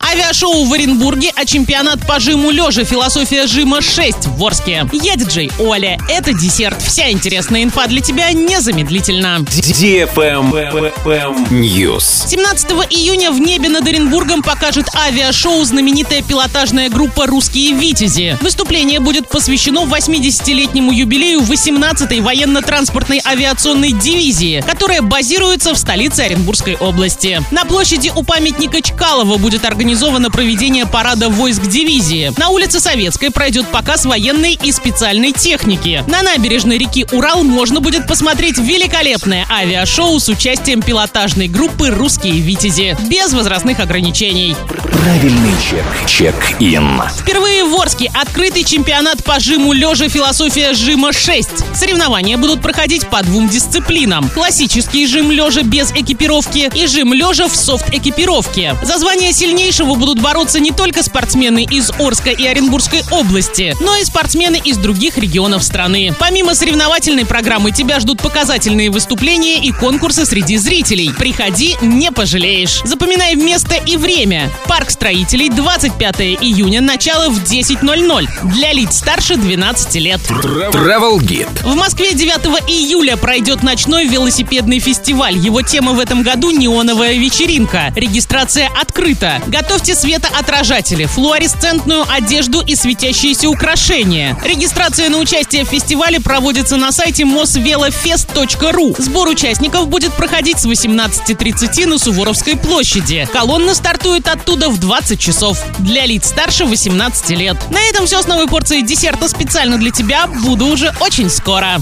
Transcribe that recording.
Авиашоу в Оренбурге, а чемпионат по жиму лежа «Философия жима 6» в Орске. Я диджей Оля. Это десерт. Вся интересная инфа для тебя незамедлительно. News. 17 июня в небе над Оренбургом покажет авиашоу знаменитая пилотажная группа «Русские Витязи». Выступление будет посвящено 80-летнему юбилею 18-й военно-транспортной авиационной дивизии, которая базируется в столице Оренбургской области. На площади у памятника Чкалова будет организовано проведение парада войск дивизии. На улице Советской пройдет показ военной и специальной техники. На набережной реки Урал можно будет посмотреть великолепное авиашоу с участием пилотажной группы «Русские Витязи» без возрастных ограничений. Правильный чек. Чек-ин. Впервые в Орске открытый чемпионат по жиму лежа «Философия жима 6». Соревнования будут проходить по двум дисциплинам: классический жим лежа без экипировки и жим лежа в софт-экипировке. За звание сильнейшего будут бороться не только спортсмены из Орска и Оренбургской области, но и спортсмены из других регионов страны. Помимо соревновательной программы тебя ждут показательные выступления и конкурсы среди зрителей. Приходи, не пожалеешь. Запоминай место и время. Парк строителей, 25 июня, начало в 10:00. Для лиц старше 12 лет. Travel Guide. В Москве 9 июля пройдет ночной велосипедный фестиваль. Его тема в этом году — неоновая вечеринка. Регистрация открыта. Готовьте светоотражатели, флуоресцентную одежду и светящиеся украшения. Регистрация на участие в фестивале проводится на сайте mosvelofest.ru. Сбор участников будет проходить с 18:30 на Суворовской площади. Колонна стартует оттуда в 20 часов. Для лиц старше 18 лет. На этом все с новой порцией десерта специально для тебя. Буду уже очень скоро.